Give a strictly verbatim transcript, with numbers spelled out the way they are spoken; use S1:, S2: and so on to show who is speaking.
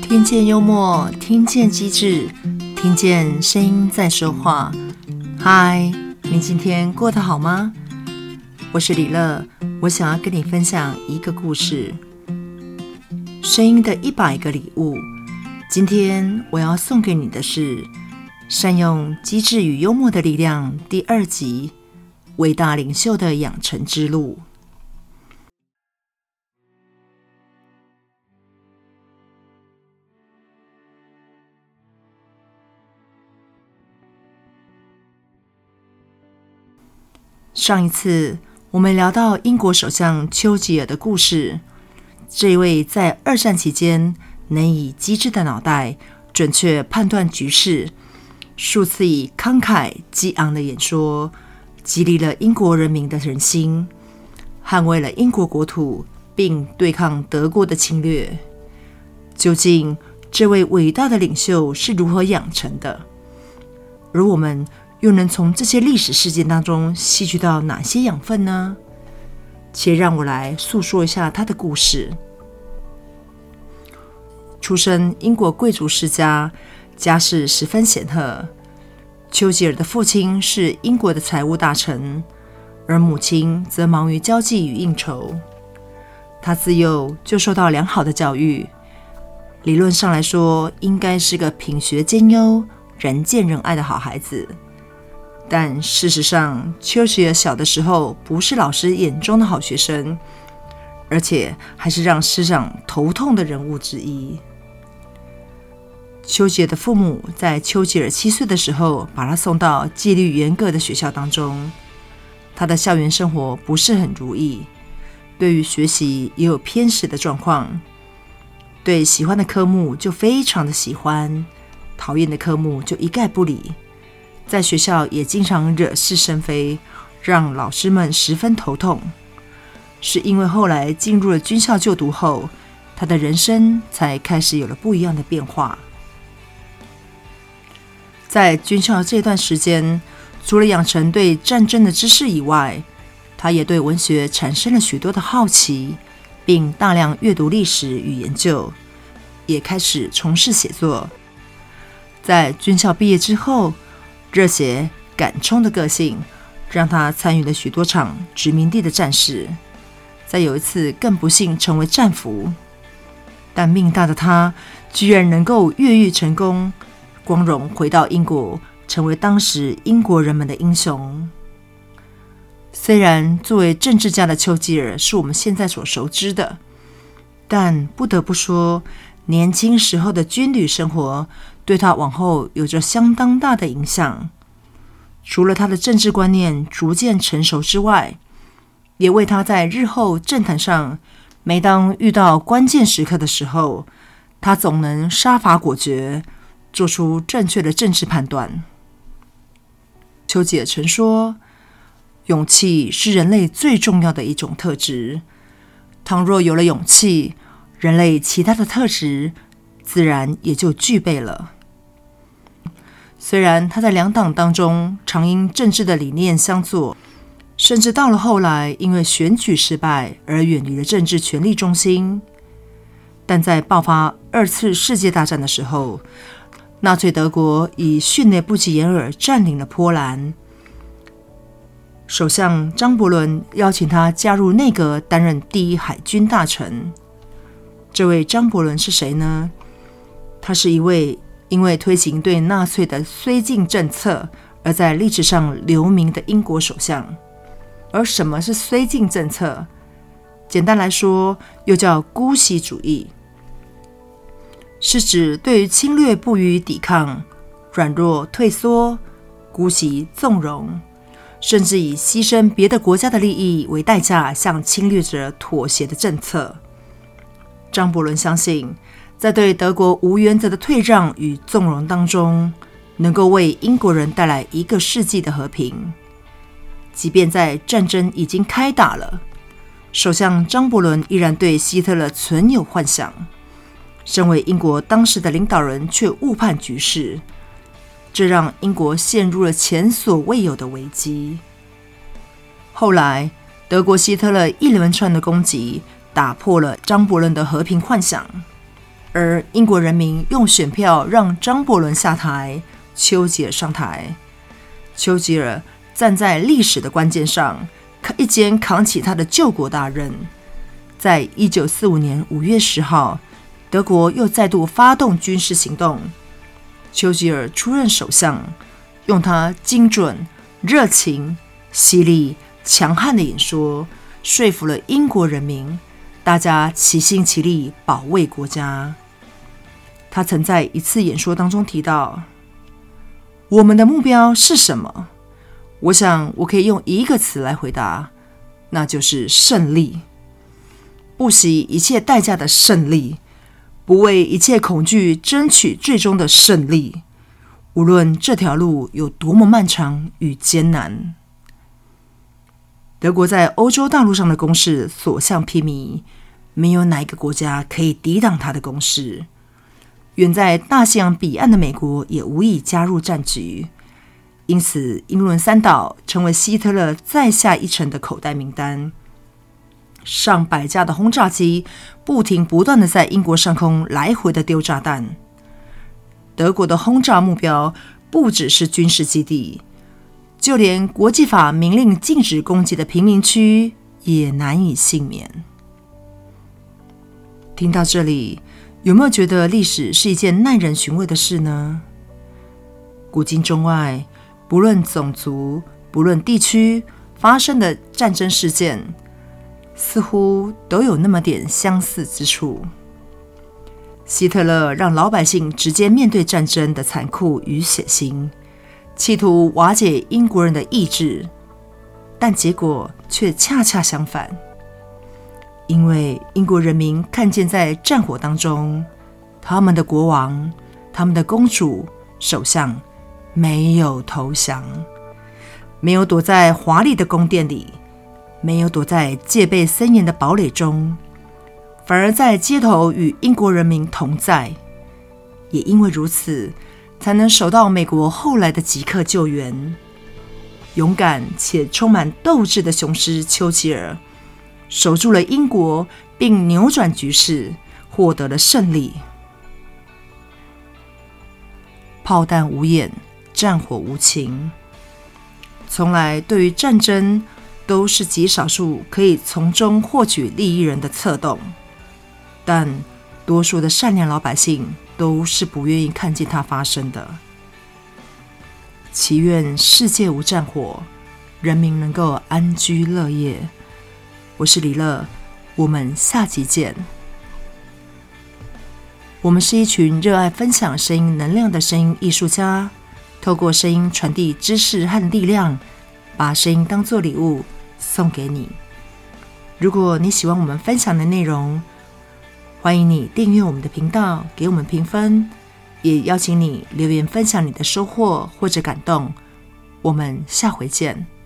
S1: 听见幽默，听见机智，听见声音在说话。嗨，你今天过得好吗？我是李乐，我想要跟你分享一个故事，声音的一百个礼物。今天我要送给你的是善用机智与幽默的力量第二集，伟大领袖的养成之路。上一次我们聊到英国首相丘吉尔的故事，这一位在二战期间能以机智的脑袋准确判断局势，数次以慷慨激昂的演说激励了英国人民的人心，捍卫了英国国土，并对抗德国的侵略。究竟这位伟大的领袖是如何养成的？而我们又能从这些历史事件当中吸取到哪些养分呢？且让我来诉说一下他的故事。出身英国贵族世家，家世十分显赫。丘吉尔的父亲是英国的财务大臣，而母亲则忙于交际与应酬。他自幼就受到良好的教育，理论上来说，应该是个品学兼优、人见人爱的好孩子。但事实上，丘吉尔小的时候不是老师眼中的好学生，而且还是让师长头痛的人物之一。丘吉尔的父母在丘吉尔七岁的时候把他送到纪律严格的学校当中，他的校园生活不是很如意，对于学习也有偏食的状况，对喜欢的科目就非常的喜欢，讨厌的科目就一概不理。在学校也经常惹是生非，让老师们十分头痛。是因为后来进入了军校就读后，他的人生才开始有了不一样的变化。在军校这段时间，除了养成对战争的知识以外，他也对文学产生了许多的好奇，并大量阅读历史与研究，也开始从事写作。在军校毕业之后，热血敢冲的个性让他参与了许多场殖民地的战事，在有一次更不幸成为战俘。但命大的他居然能够越狱成功，光荣回到英国，成为当时英国人们的英雄。虽然作为政治家的丘吉尔是我们现在所熟知的，但不得不说，年轻时候的军旅生活对他往后有着相当大的影响。除了他的政治观念逐渐成熟之外，也为他在日后政坛上，每当遇到关键时刻的时候，他总能杀伐果决，做出正确的政治判断。丘吉尔曾说，勇气是人类最重要的一种特质，倘若有了勇气，人类其他的特质自然也就具备了。虽然他在两党当中常因政治的理念相左，甚至到了后来因为选举失败而远离了政治权力中心，但在爆发二次世界大战的时候，纳粹德国以迅雷不及掩耳占领了波兰。首相张伯伦邀请他加入内阁担任第一海军大臣。这位张伯伦是谁呢？他是一位因为推行对纳粹的绥靖政策而在历史上留名的英国首相。而什么是绥靖政策？简单来说，又叫姑息主义，是指对于侵略不予以抵抗，软弱退缩，姑息纵容，甚至以牺牲别的国家的利益为代价向侵略者妥协的政策。张伯伦相信，在对德国无原则的退让与纵容当中，能够为英国人带来一个世纪的和平。即便在战争已经开打了，首相张伯伦依然对希特勒存有幻想。身为英国当时的领导人，却误判局势，这让英国陷入了前所未有的危机。后来，德国希特勒一连串的攻击打破了张伯伦的和平幻想。 而英国人民用选票让张伯伦下台，丘吉尔上台。丘吉尔站在历史的关键上，一肩扛起他的救国大任。在一九四五年五月十号，德国又再度发动军事行动。丘吉尔出任首相，用他精准、热情、犀利、强悍的演说，说服了英国人民，大家齐心齐力保卫国家。他曾在一次演说当中提到，我们的目标是什么？我想我可以用一个词来回答，那就是胜利。不惜一切代价的胜利，不为一切恐惧争取最终的胜利，无论这条路有多么漫长与艰难。德国在欧洲大陆上的攻势所向披靡，没有哪一个国家可以抵挡他的攻势。远在大西洋彼岸的美国也无意加入战局，因此英伦三岛成为希特勒再下一城的口袋名单。上百架的轰炸机不停不断的在英国上空来回的丢炸弹。德国的轰炸目标不只是军事基地，就连国际法明令禁止攻击的贫民区也难以幸免。听到这里，有没有觉得历史是一件耐人寻味的事呢？古今中外，不论种族，不论地区发生的战争事件，似乎都有那么点相似之处。希特勒让老百姓直接面对战争的残酷与血腥，企图瓦解英国人的意志，但结果却恰恰相反。因为英国人民看见在战火当中，他们的国王、他们的公主、首相没有投降，没有躲在华丽的宫殿里，没有躲在戒备森严的堡垒中，反而在街头与英国人民同在。也因为如此，才能守到美国后来的即刻救援。勇敢且充满斗志的雄狮丘吉尔守住了英国，并扭转局势，获得了胜利。炮弹无眼，战火无情。从来对于战争都是极少数可以从中获取利益人的策动，但多数的善良老百姓都是不愿意看见它发生的。祈愿世界无战火，人民能够安居乐业。我是李乐，我们下集见。我们是一群热爱分享声音能量的声音艺术家，透过声音传递知识和力量，把声音当作礼物送给你。如果你喜欢我们分享的内容，欢迎你订阅我们的频道，给我们评分，也邀请你留言分享你的收获或者感动。我们下回见。